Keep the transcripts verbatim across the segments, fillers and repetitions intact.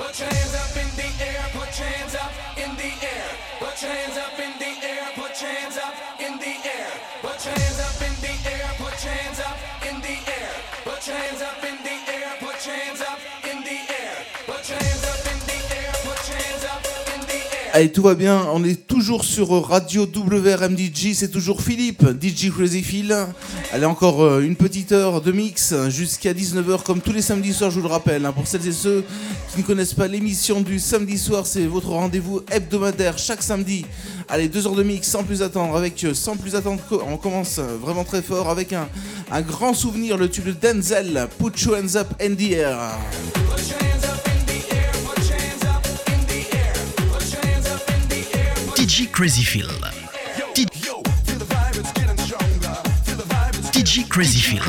Put your hands up in the air, put your hands up in the air. Put your hands up in the air, put your hands up in the air. Put your hands up in the air, put your hands up in the air. Put your hands up in the air, put your hands up in the air. Put your hands up in the air, put your hands up in the air. Allez, tout va bien, on est toujours sur Radio W R M D J, c'est toujours Philippe, D J Crazy Phil. Allez, encore euh, une petite heure de mix jusqu'à dix-neuf heures comme tous les samedis soirs, je vous le rappelle. Hein, pour celles et ceux qui ne connaissent pas l'émission du samedi soir, c'est votre rendez-vous hebdomadaire chaque samedi. Allez, deux heures de mix sans plus attendre, avec sans plus attendre, on commence vraiment très fort avec un, un grand souvenir, le tube de Denzel, Put Your Hands Up in the Air. D J Crazy Phil. D J Crazy Phil.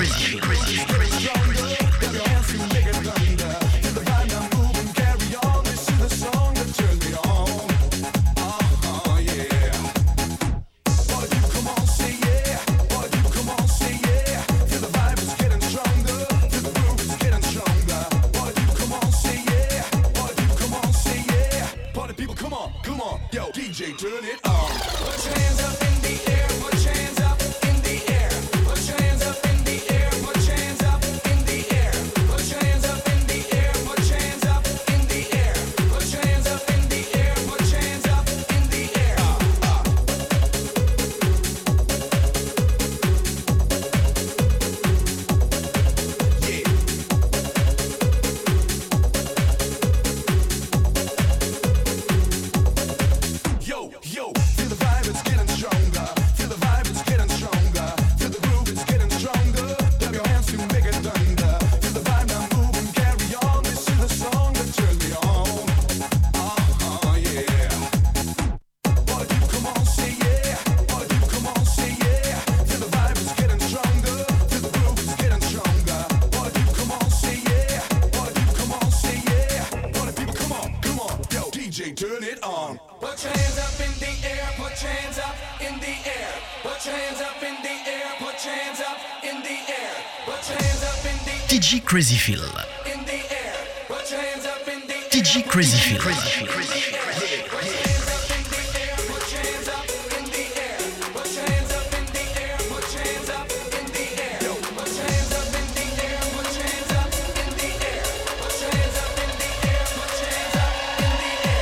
Turn it on. Put your hands up in the air, put your hands up in the air. Put your hands up in the air, put your hands up in the air. Put your hands up in the air, put your hands up in the air. Put your hands up in the air, put your hands up in the air. Yeah. Yo, yo, feel the vibe, it's getting stronger. Feel the vibe, it's getting stronger. Feel the groove, it's getting stronger. Clap your hands to make it thunder. Feel the vibe, now move and carry on. This is the song that turns me on. Uh-huh, yeah. Boy, you come on, say yeah. Boy, you come on, say yeah. Feel the vibe, it's getting stronger. Feel the groove, it's getting stronger. Boy, you come on, say yeah. Boy, you come on, say yeah. Boy, the people, come on, come on. Yo, D J, turn it on. Put your hands up in the air, put your hands up in the air. Put your hands up in the air, put your hands up in the air. Put your hands up in the air. D J Crazy Phil. In the air. Put your hands up in the air. D J Crazy Phil. Put your hands up in the air, put your hands up in the air. Put your hands up in the air, put your hands up in the air. Put your hands up in the air, put your hands up in the air. Put your hands up in the air, put your hands up in the air.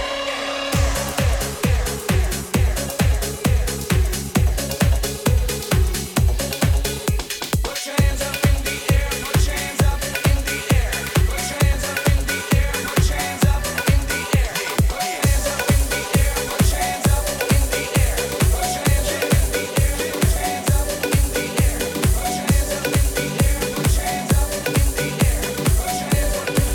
Put your hands up in the air, put your hands up in the air. Put your hands up in the air, put your hands up in the air. Put your hands up in the air, put your hands up in the air. Put your hands up in the air, put your hands up in the air. Put your hands up in the air, put your hands up in the air. Put your hands up in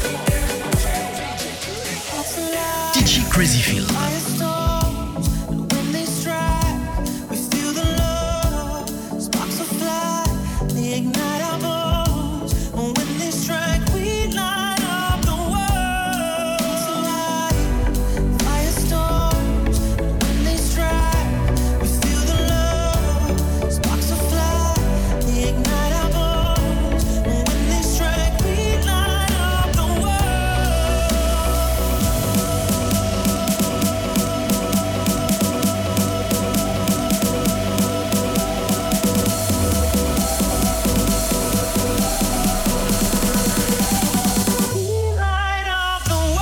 the air. D J Crazy Phil. When they strike, we feel the love. Sparks will fly, they ignite our bones. When they strike, we light up the world. It's alive, firestorms. When they strike, we feel the love. Sparks will fly, they ignite our bones. When they strike, we light up the world. Light up the world.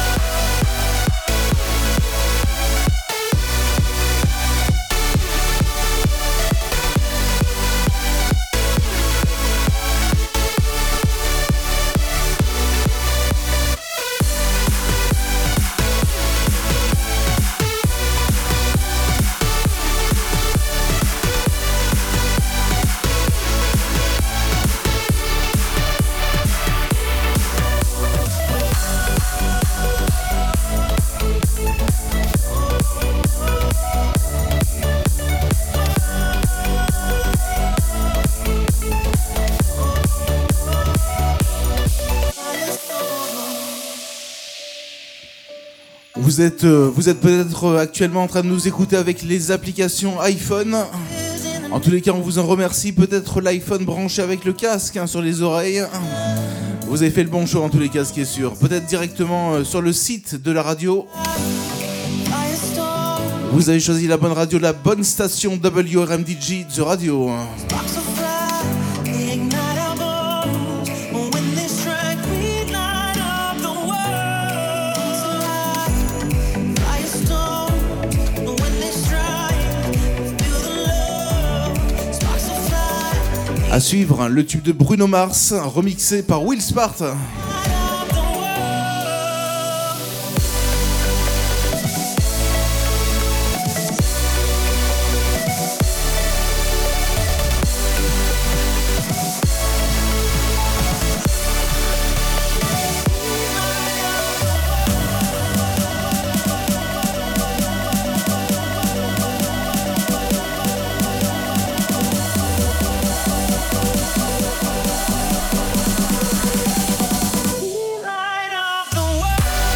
Vous êtes, euh, vous êtes peut-être euh, actuellement en train de nous écouter avec les applications iPhone. En tous les cas, on vous en remercie. Peut-être l'iPhone branché avec le casque hein, sur les oreilles. Vous avez fait le bon choix en tous les cas, ce qui est sûr. Peut-être directement euh, sur le site de la radio. Firestorm, Vous avez choisi la bonne radio, la bonne station W R M D G The Radio. sparks will fly, they ignite our bones. When they strike, we light up the world. Firestorm, when they strike, feel the love. Sparks will fly, À suivre, le tube de Bruno Mars, remixé par Will Smart. light up the world. Light up the world.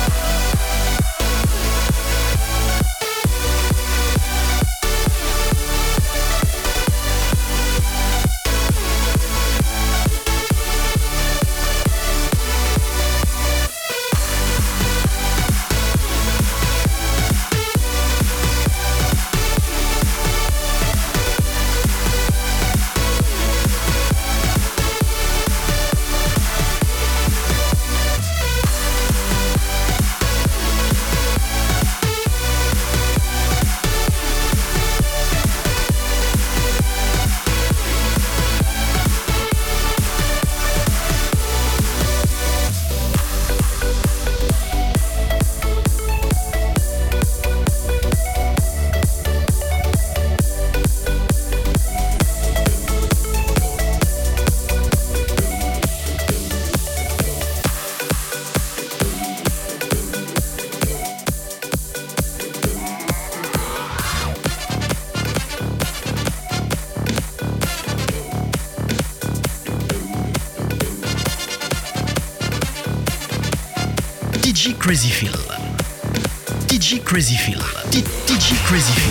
D J Crazy Phil. D J Crazy Phil. D- DJ Crazy Phil.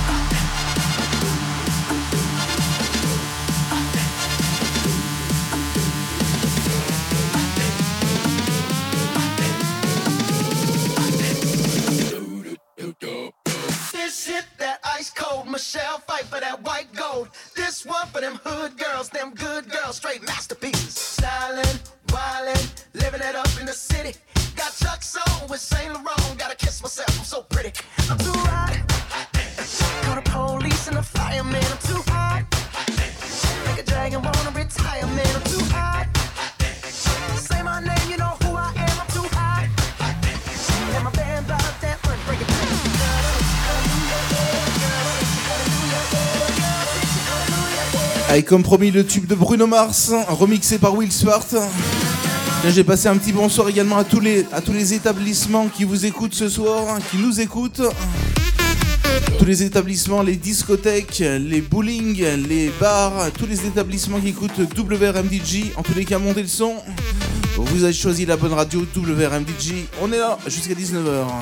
This hit that ice cold Michelle fight for that white gold. This one for them hood girls, them good girls, straight masterpieces. Stylin', wildin', living it up in the city. Got Chuck's on with Saint Laurent. Gotta kiss myself, I'm so pretty. I'm too hot. Call the police and the fireman. I'm too hot. Make a dragon wanna retire, man. I'm too hot. Say my name, you know who I am. I'm too hot. And my band bought that one, break it down. Allez, comme promis, le tube de Bruno Mars, remixé par Will Smart. Là, j'ai passé un petit bonsoir également à tous les, à tous les établissements qui vous écoutent ce soir, qui nous écoutent. Tous les établissements, les discothèques, les bowling, les bars, tous les établissements qui écoutent W R M D G. En tous les cas, montez le son. Vous avez choisi la bonne radio W R M D G. On est là jusqu'à dix-neuf heures.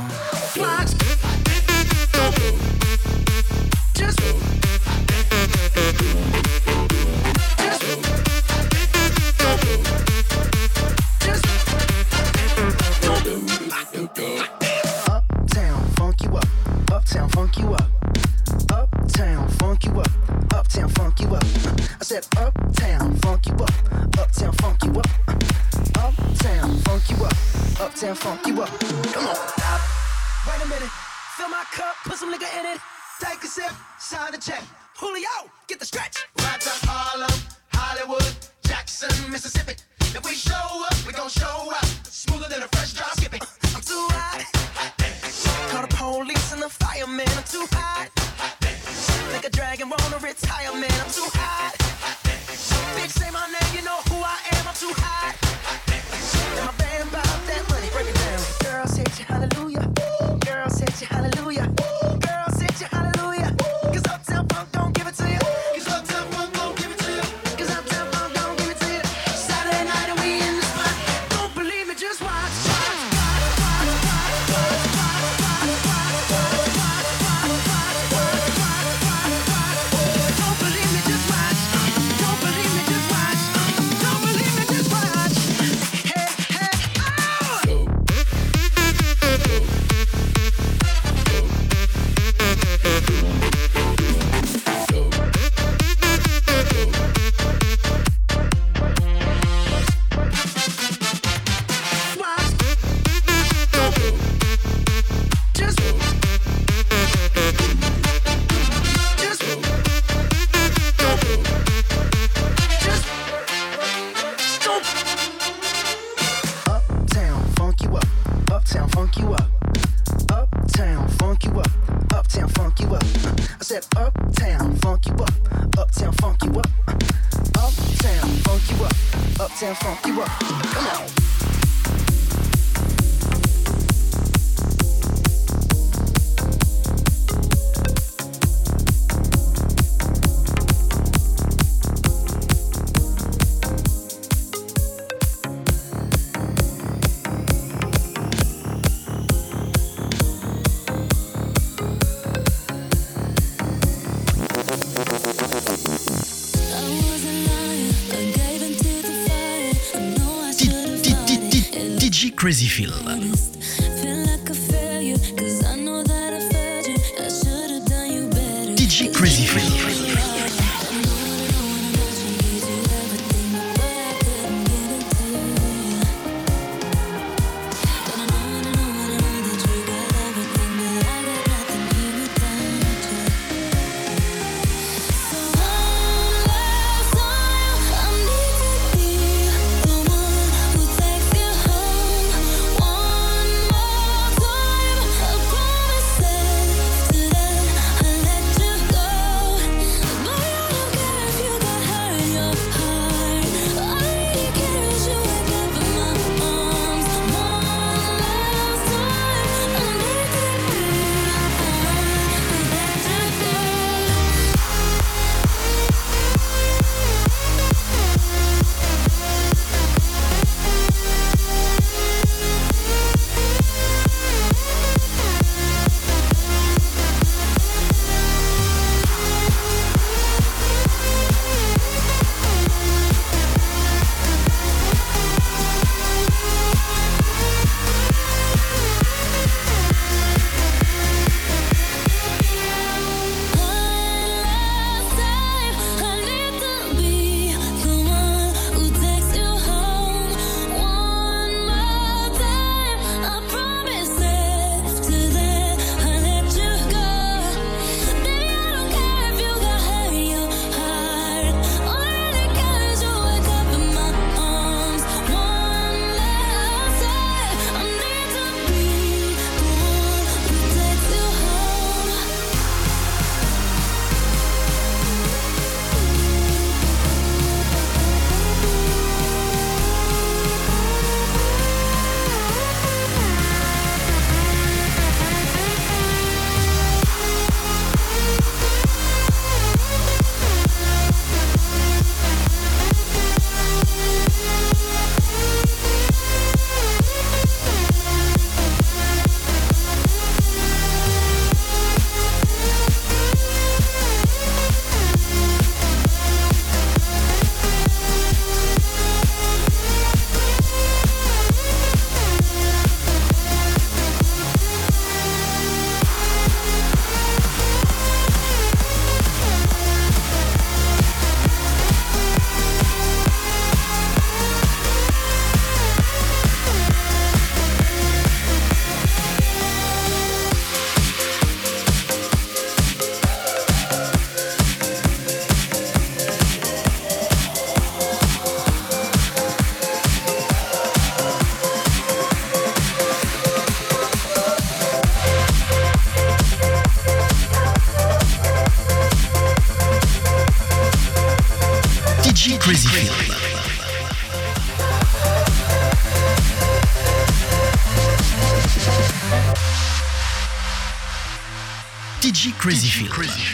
Uptown, funk you up. Uptown, funk you up. Uptown, funk you up. Uptown, funk you up. I said uptown, funk you up. Uptown, funk you up. Uptown, funk you up. Uptown, funk you up. Come on. Stop. Wait a minute. Fill my cup, put some liquor in it. Take a sip, sign the check. Julio, get the stretch. Right to Harlem, Hollywood, Jackson, Mississippi. If we show up, we gon' show out. Smoother than a fresh drop skipping. I'm too hot. Call the police and the fireman. I'm too hot. Make a dragon wanna retire, man. I'm too hot. Bitch, say my name, you know who I am. I'm too hot. And my band bought that money. Break it down. Girls hit you, hallelujah. Girls hit you, hallelujah. Girls hit you, hallelujah. Cause Uptown Funk don't give it to you. Cause Uptown Funk don't give it to you. Cause Uptown Funk don't give it to you. Shout funk you up. Uptown, funk you up. Uptown, funk you up. I said uptown, funk you up. Uptown, funk you up. Uptown, funk you up. Uptown, funk you up. Come on. D J Crazy Phil. D J Crazy Phil. D J Crazy Phil. D J Crazy Phil.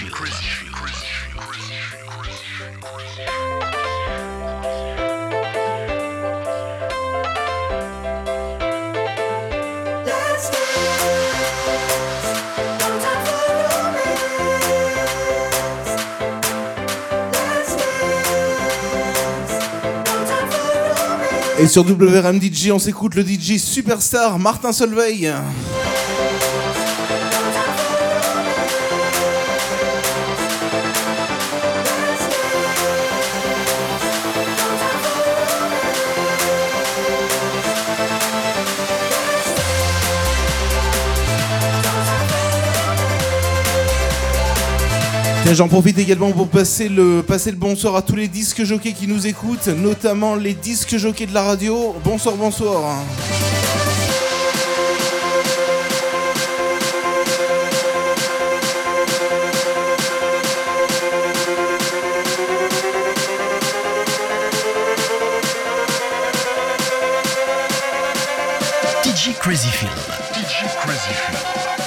Et sur W R M D J, on s'écoute le D J superstar Martin Solveig. J'en profite également pour passer le, passer le bonsoir à tous les disques jockeys qui nous écoutent, notamment les disques jockeys de la radio. Bonsoir, bonsoir. J Crazy Phil. D J Crazy Phil.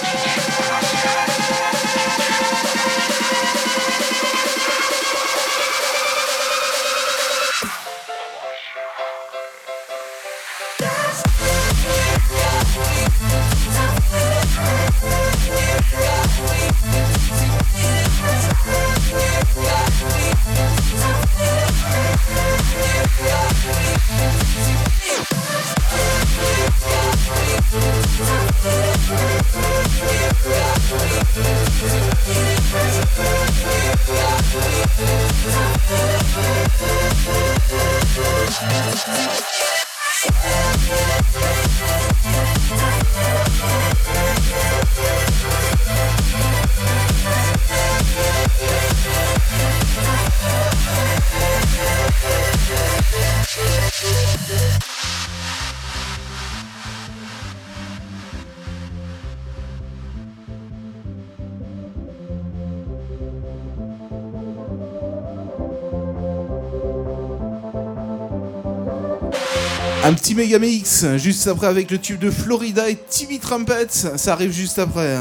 Un petit méga mix juste après avec le tube de Florida et Timmy Trumpet, ça arrive juste après.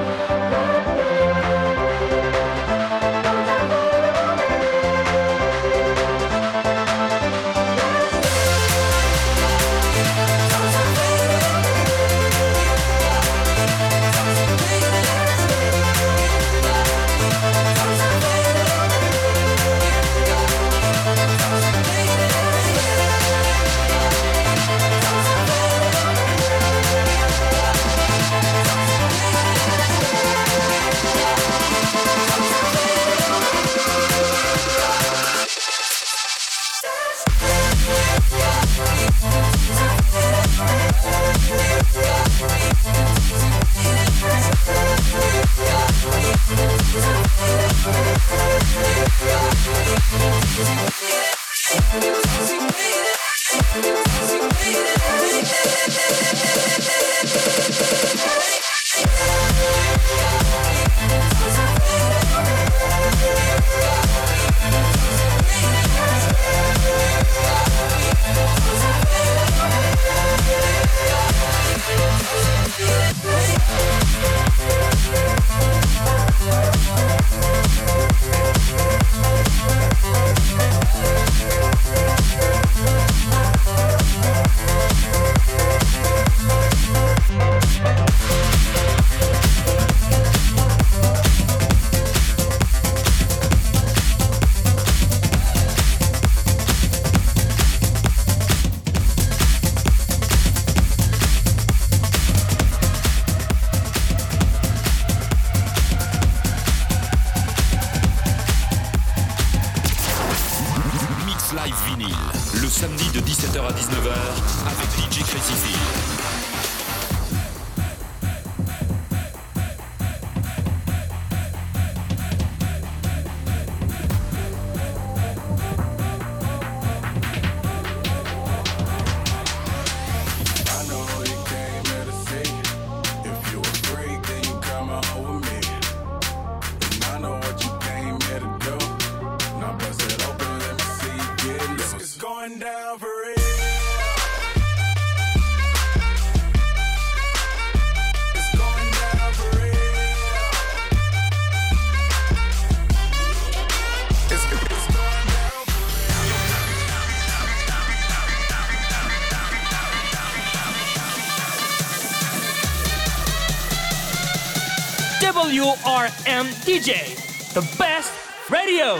W R M D J, the best radio.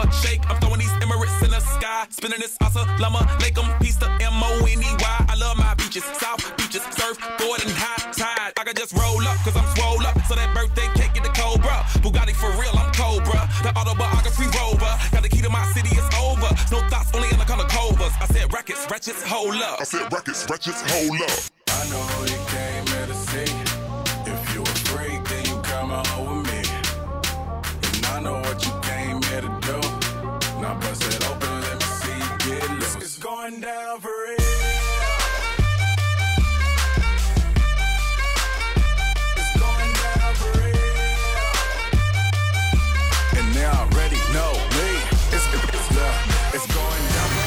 a shake. I'm throwing these Emirates in the sky. Spinning this asa, llama, lake 'em, piece the M O N E Y. I love my beaches, south beaches, surf, board and high tide. I can just roll up, cause I'm swole up. So that birthday cake get the Cobra. Bugatti for real, I'm Cobra. The autobiography rover. Got the key to my city, it's over. No thoughts, only in the color covers. I said rackets, ratchets, hold up. I said rackets, ratchets, hold up. I know who you came here to see. If you a freak, then you come on with me. And I know what you came here to do. Now bust it open, let me see you get loose. It's going down for real. It's going down for real. And they already know me. It's, it's, uh, it's going down for real.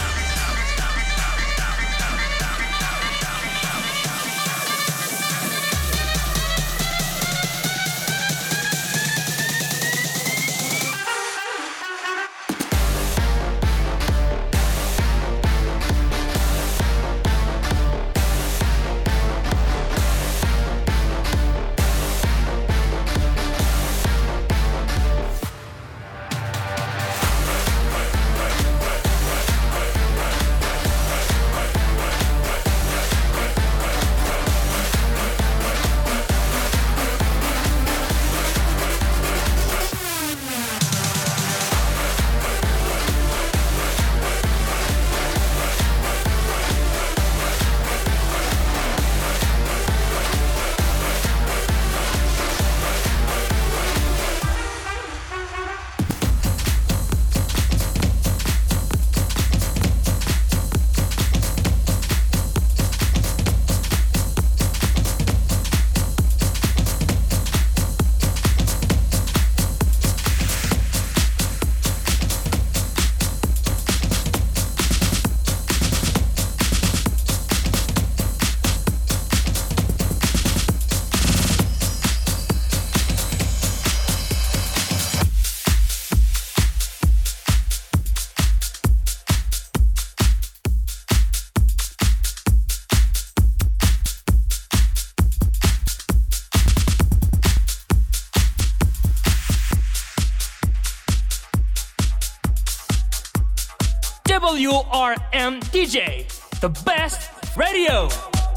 W R M D J, the best radio.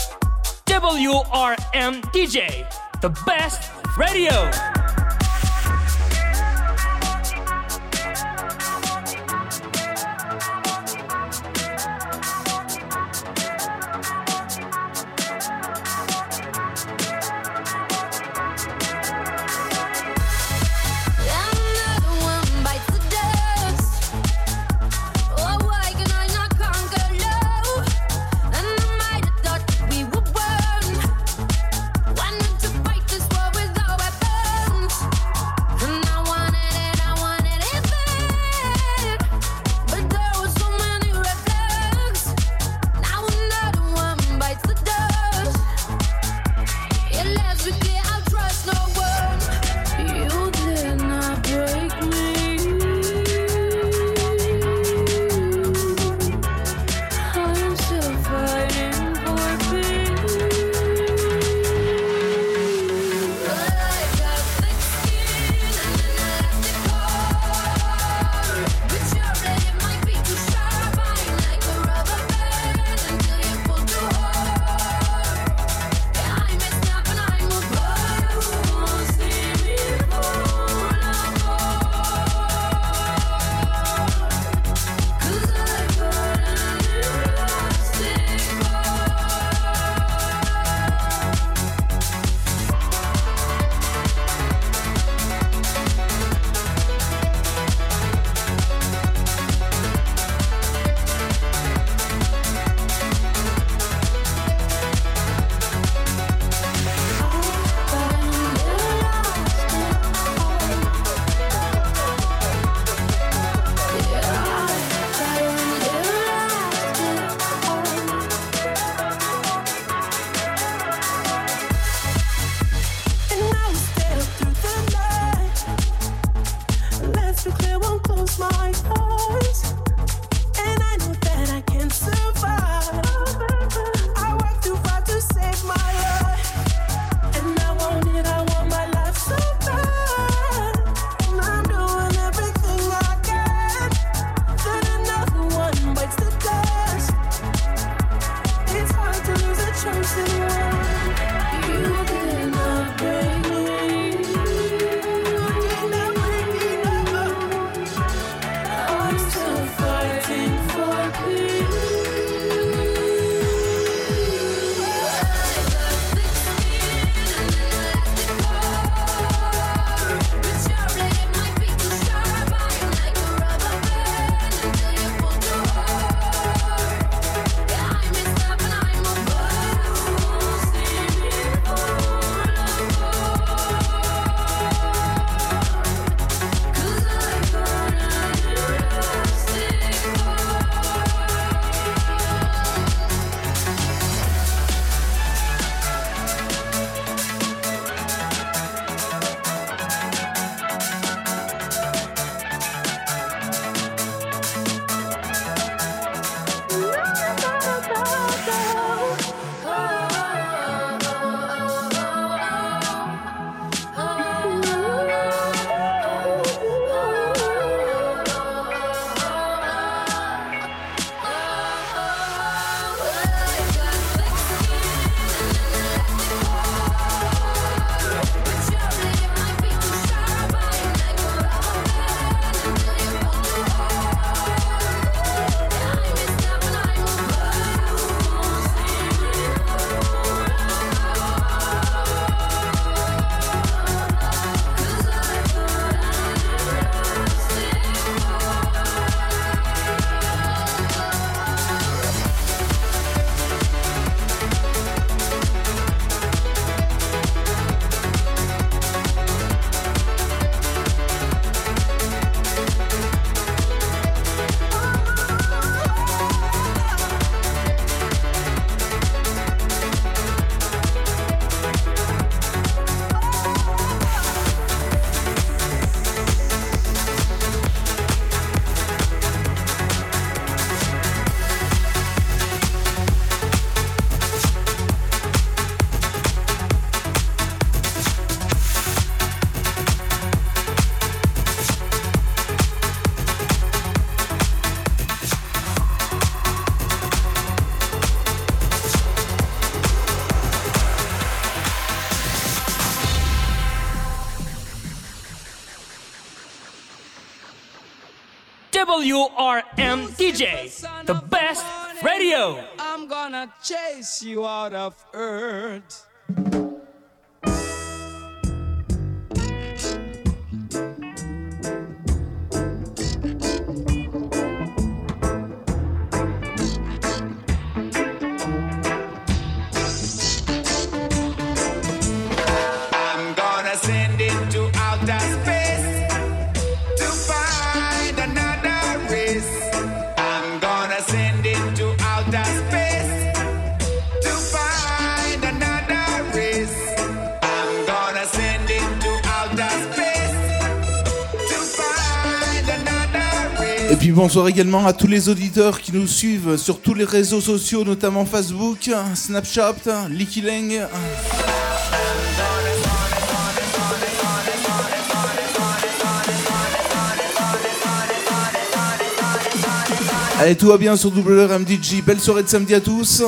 W R M D J, the best radio. Why not to fight this war with our weapons? W R M D J, the best radio. I'm gonna chase you out of earth. I'm gonna send it to outer space to find another race. I'm gonna send it to outer space to find another race. I'm gonna send it to outer space to find another race. Et puis bonsoir également à tous les auditeurs qui nous suivent sur tous les réseaux sociaux, notamment Facebook, Snapchat, Licky Lang. Allez, tout va bien sur W R M D J. Belle soirée de samedi à tous.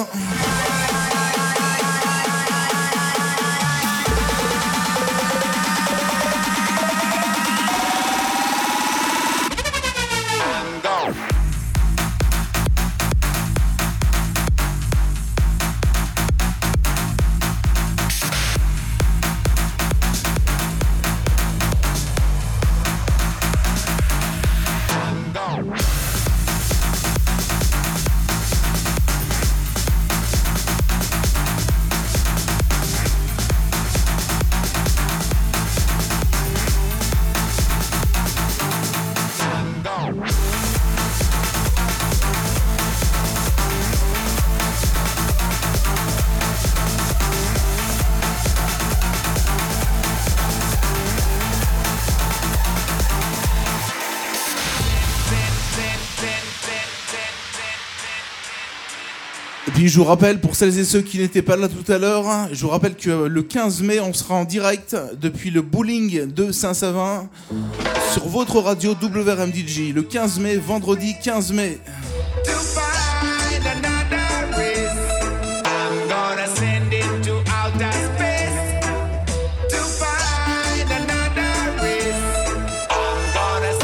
Puis je vous rappelle, pour celles et ceux qui n'étaient pas là tout à l'heure, je vous rappelle que le quinze mai, on sera en direct depuis le bowling de Saint-Savin sur votre radio W R M D J. Le quinze mai, vendredi quinze mai. To find another race. I'm gonna send it to outer space to find another race. I'm gonna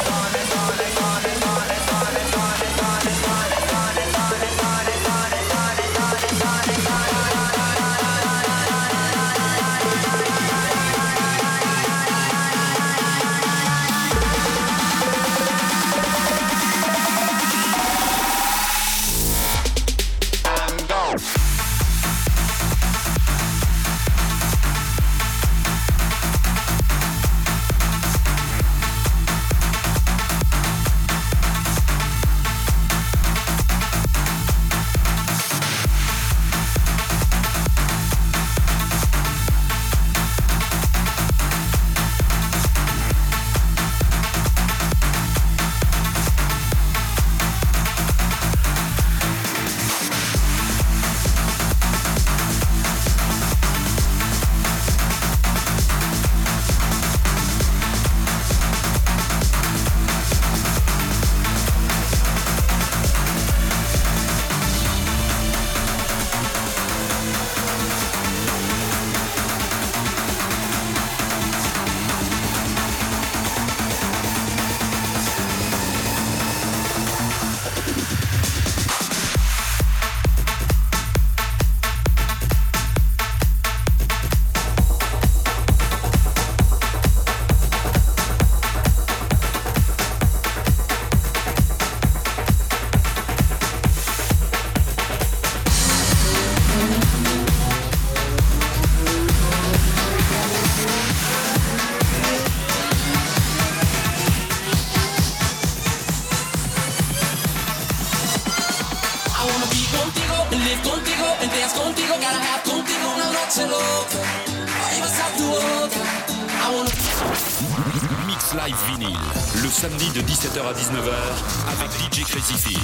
Mix Live Vinyl, le samedi de dix-sept heures à dix-neuf heures avec D J Crazy Phil.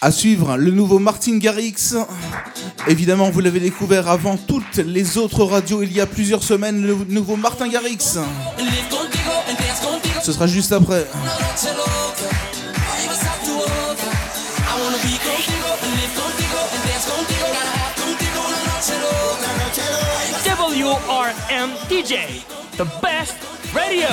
À suivre, le nouveau Martin Garrix. Évidemment, vous l'avez découvert avant toutes les autres radios il y a plusieurs semaines, le nouveau Martin Garrix. Ce sera juste après. W R M D J, the best radio.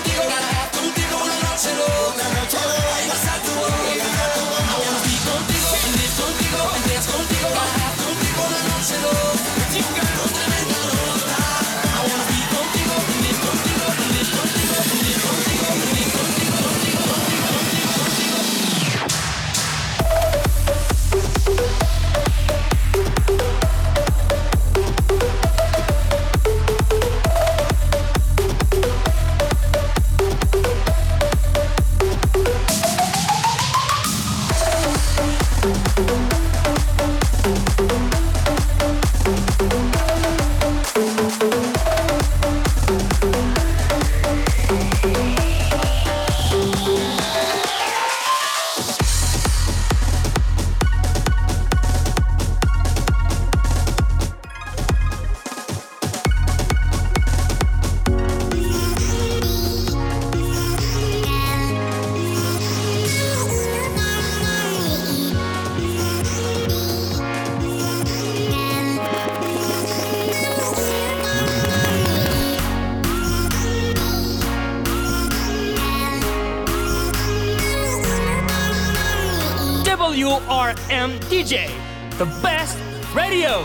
W R M D J, the best radio.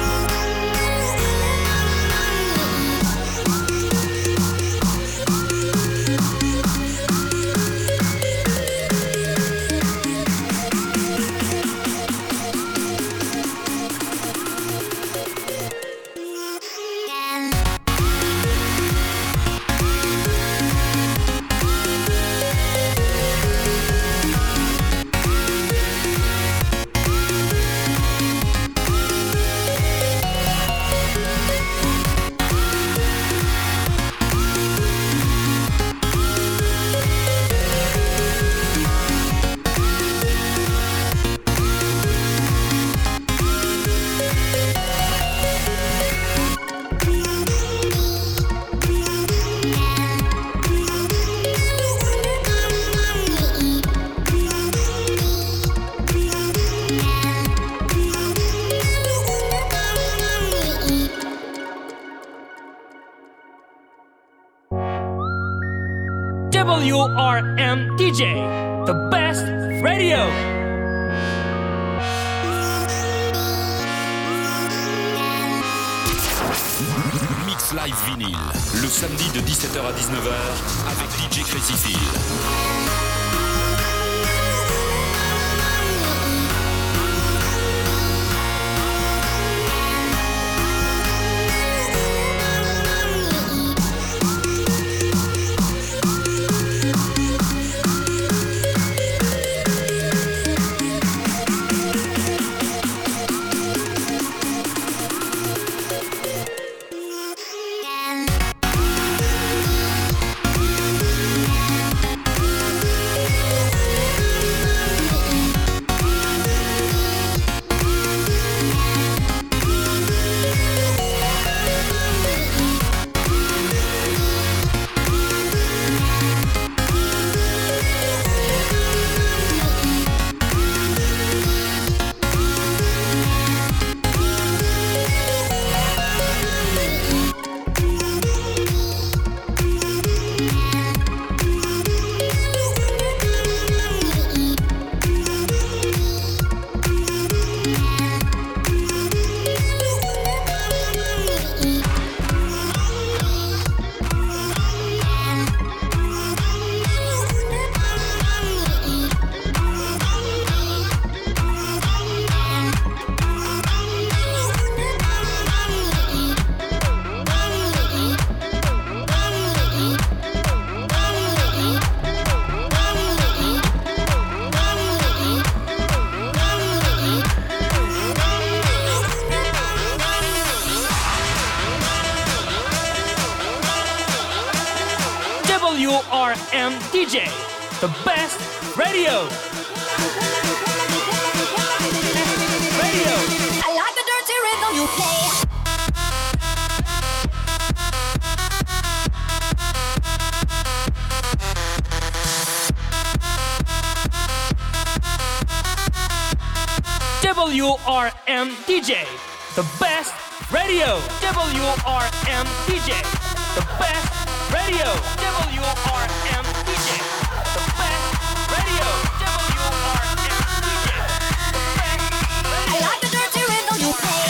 W R M D J, the best radio. Mix Live Vinyl, le samedi de dix-sept heures à dix-neuf heures avec D J Crazy Phil. W R M D J, the best radio. W R M D J, the best radio. W R M D J, the best radio. W R M D J, the best radio. W R M D J, the best radio. I like the dirty rhythm you play.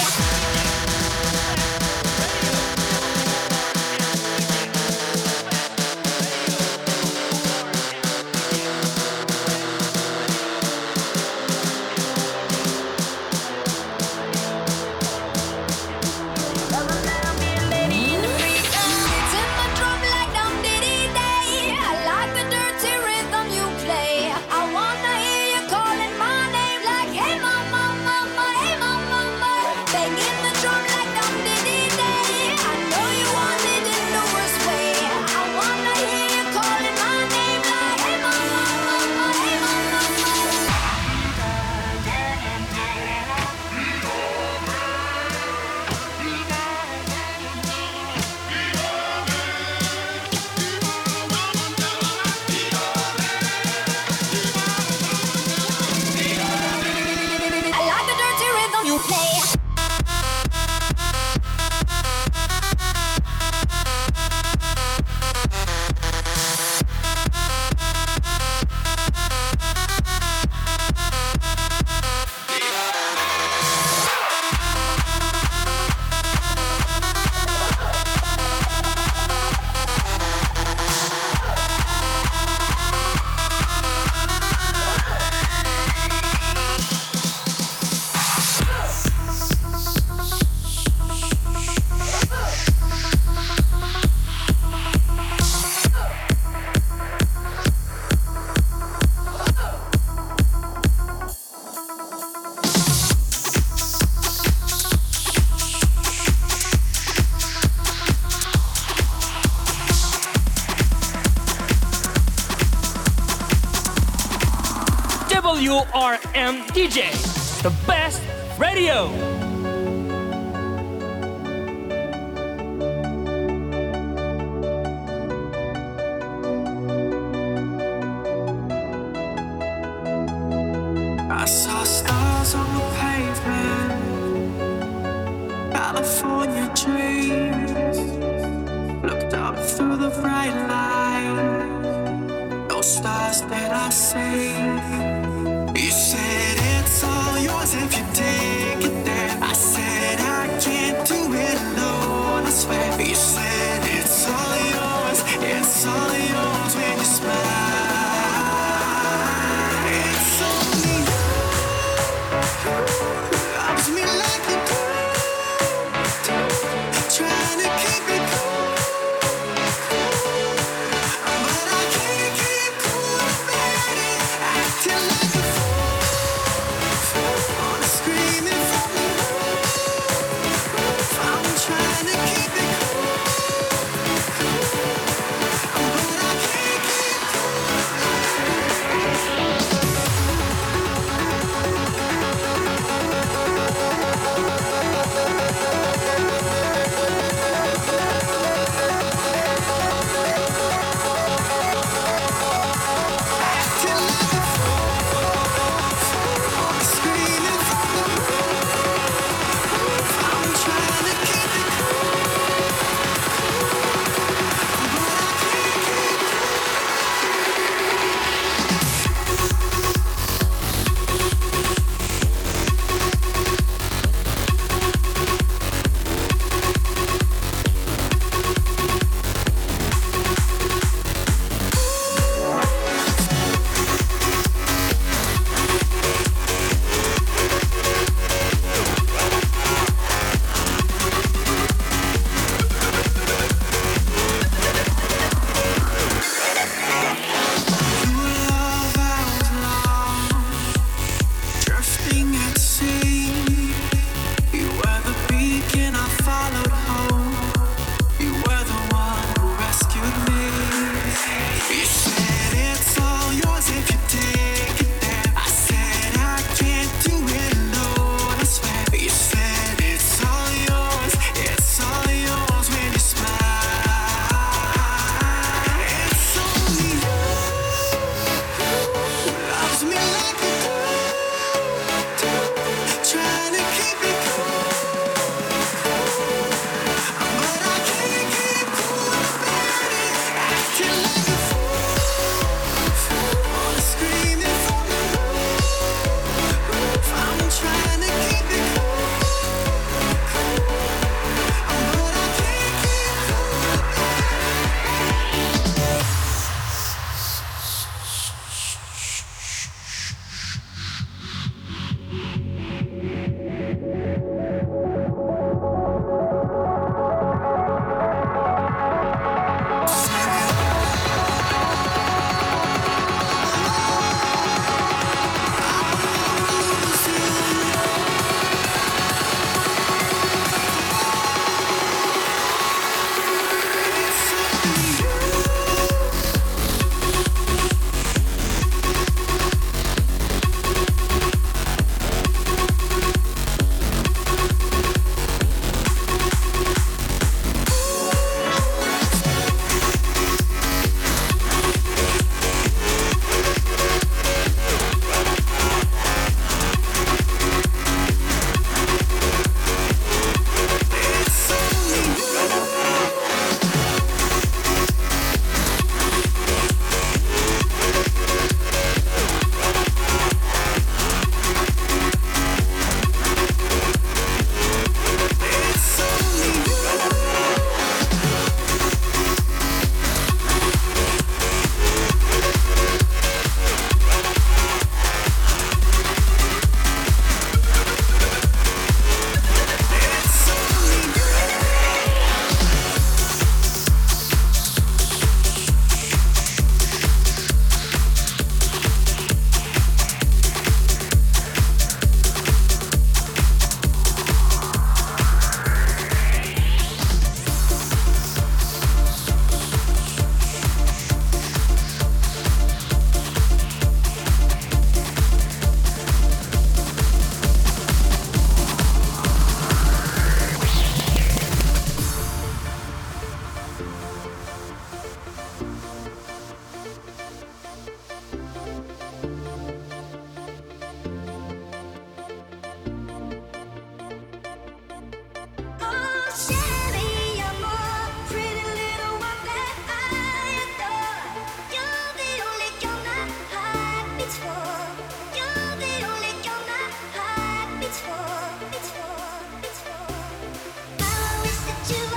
W R M D J, the best radio. I saw stars on the pavement, California dreams. Looked up through the bright light, those stars that I see. You said it's all yours if you take it there. I said I can't do it alone, I swear. You said it's all yours, it's all yours when you smile. It's only you loves me like you do, trying to keep it cool, but I can't keep cool, baby. I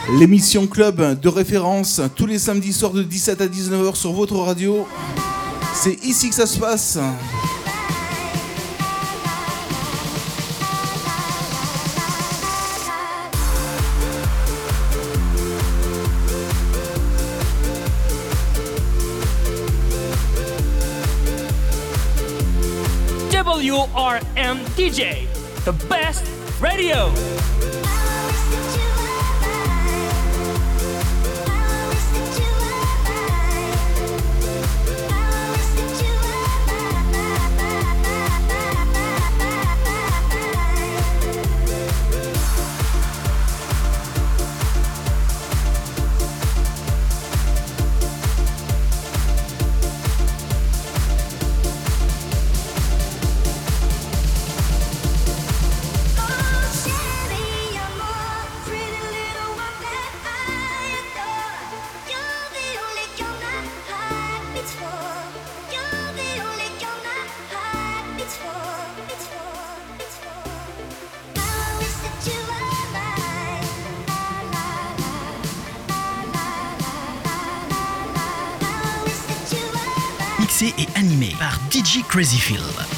L'émission Club de référence tous les samedis soirs de dix-sept à dix-neuf heures sur votre radio. C'est ici que ça se passe. W R M D J, the best radio. Mixé et animé par D J Crazy Phil.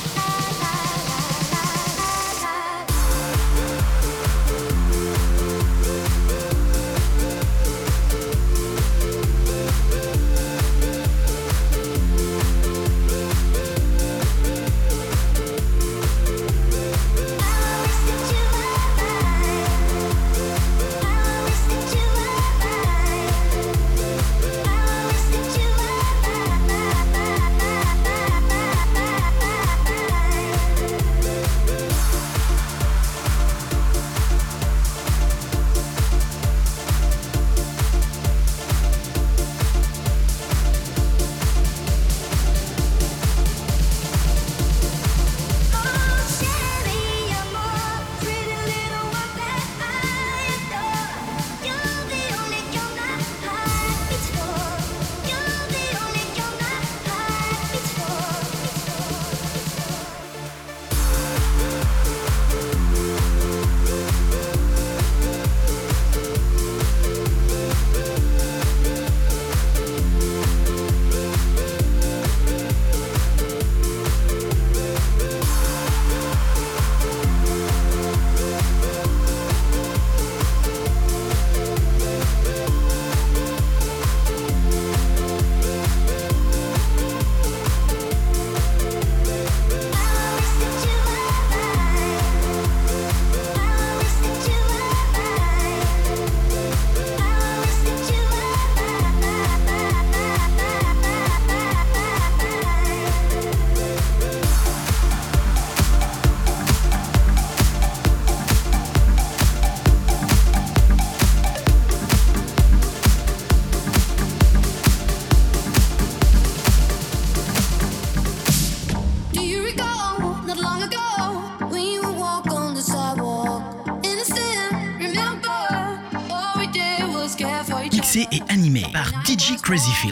Mixé et animé par D J Crazy Phil.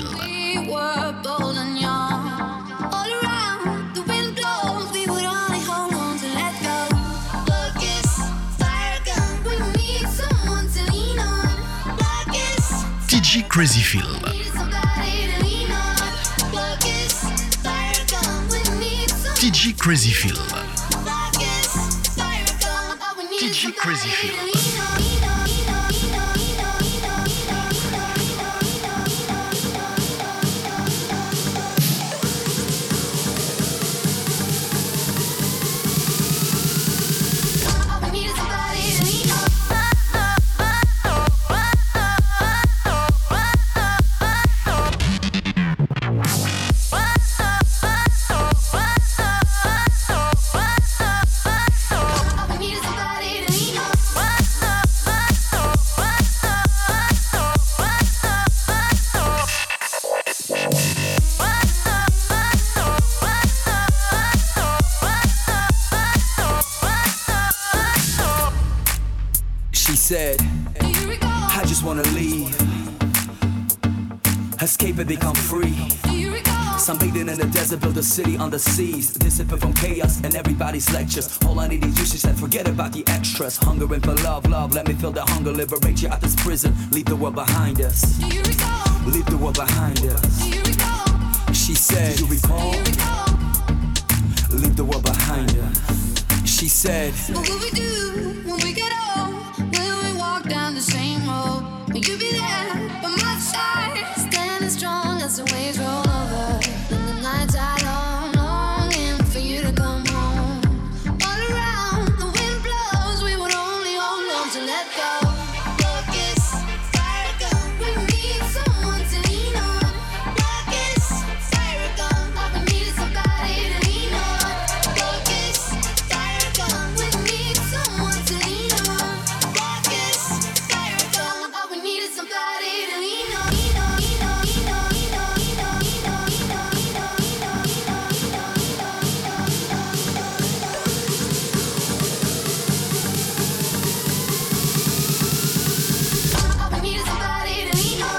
D J Crazy Phil. D J Crazy Phil. D J Crazy Phil. Said, I just wanna leave, escape and become free. Sunbathing in the desert, build a city on the seas. Discipline from chaos and everybody's lectures. All I need is you, she said, forget about the extras. Hungering for love, love, let me feel the hunger. Liberate you out this prison, leave the world behind us. Do you recall? Leave the world behind us. Do you recall? She said, do you recall? Do you recall? Leave the world behind us. She said, what will we do when we get old? Will we walk down the same road? Will you be there by my side? Standing strong as the waves roll over. And the nights are long, longing for you to come home. All around, the wind blows. We would only hold on to let go. Focus, fire gun. We need someone to lean on. Focus, fire gun. All we need is somebody to lean on. Focus, fire gun. We need someone to lean on. Focus, fire gun. All we need is somebody to lean on. Lean on, lean on, lean on, lean on, lean on, lean on, lean on, lean on, lean on, lean on, lean on, lean on, all we need is somebody to lean on.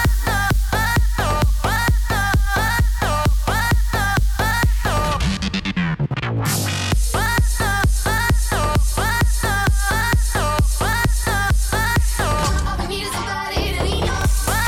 All we need is somebody to lean on.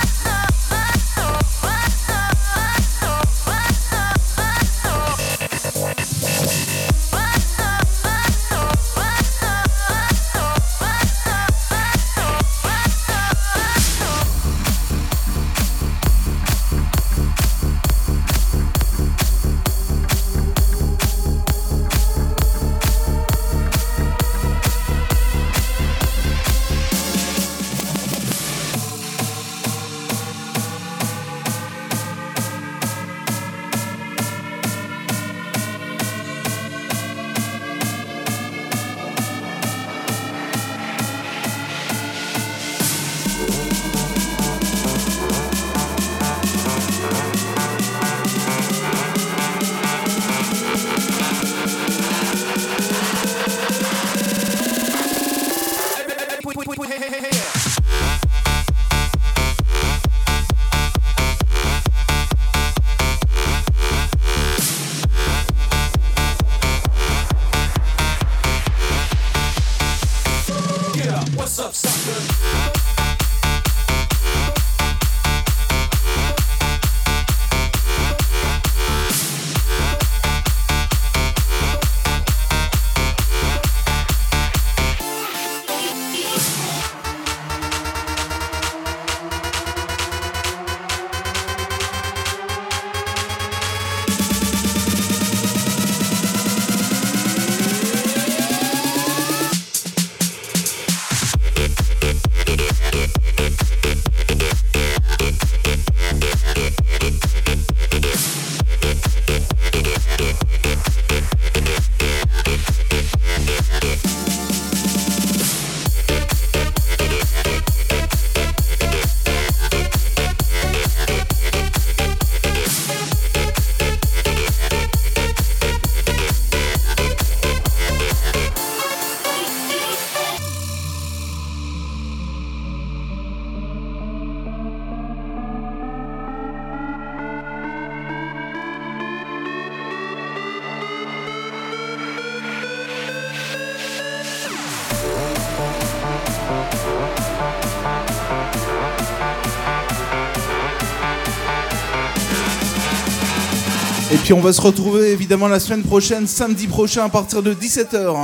Yeah, what's up, sucker? Et puis on va se retrouver évidemment la semaine prochaine, samedi prochain à partir de dix-sept heures.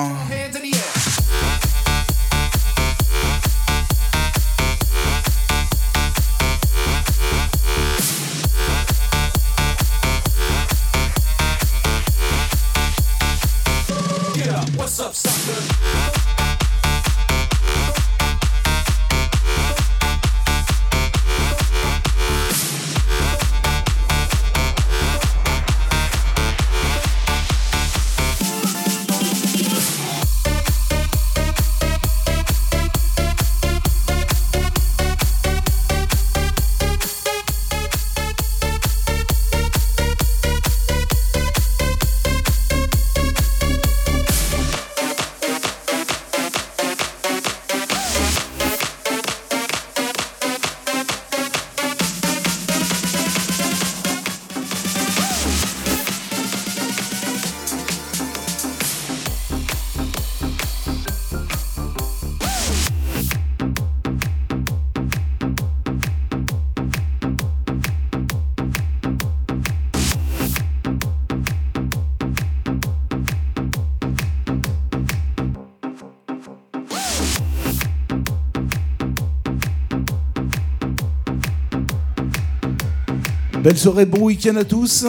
Yeah, what's up, sucker? Belle soirée, bon week-end à tous.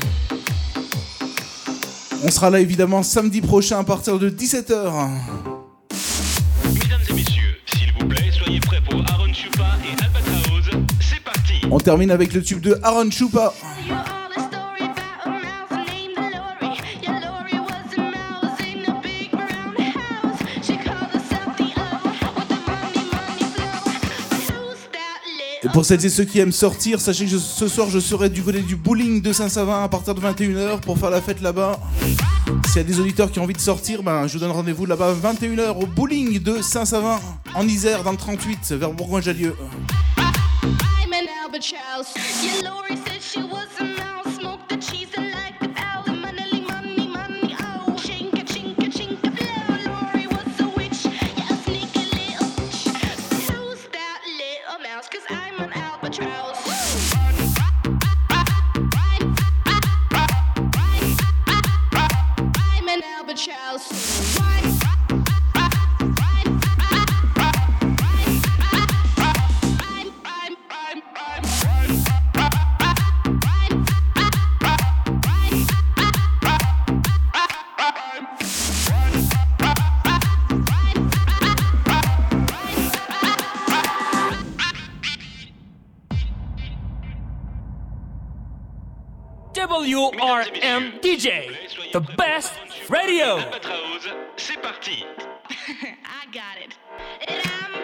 On sera là évidemment samedi prochain à partir de dix-sept heures. Mesdames et messieurs, s'il vous plaît, soyez prêts pour Aaron Chupa et Albatraoz. C'est parti. On termine avec le tube de Aaron Chupa. Et pour celles et ceux qui aiment sortir, sachez que je- ce soir je serai du côté du bowling de Saint-Savin à partir de vingt et une heures pour faire la fête là-bas. S'il y a des auditeurs qui ont envie de sortir, ben, je vous donne rendez-vous là-bas à vingt et une heures au bowling de Saint-Savin en Isère dans le trente-huit vers Bourgoin-Jallieu. I'm an albatross. Yeah, Lori said she was a mouse. Smoked the cheese and like the owl. The money, money, money, oh. Chinka, chinka, chinka, blow. Lori was a witch. Yeah, a sneaky little bitch. Who's that little mouse? Cause I'm an albatross. I'm an albatross. W R M D J, the best radio. Albatraoz, c'est parti. I got it. And I'm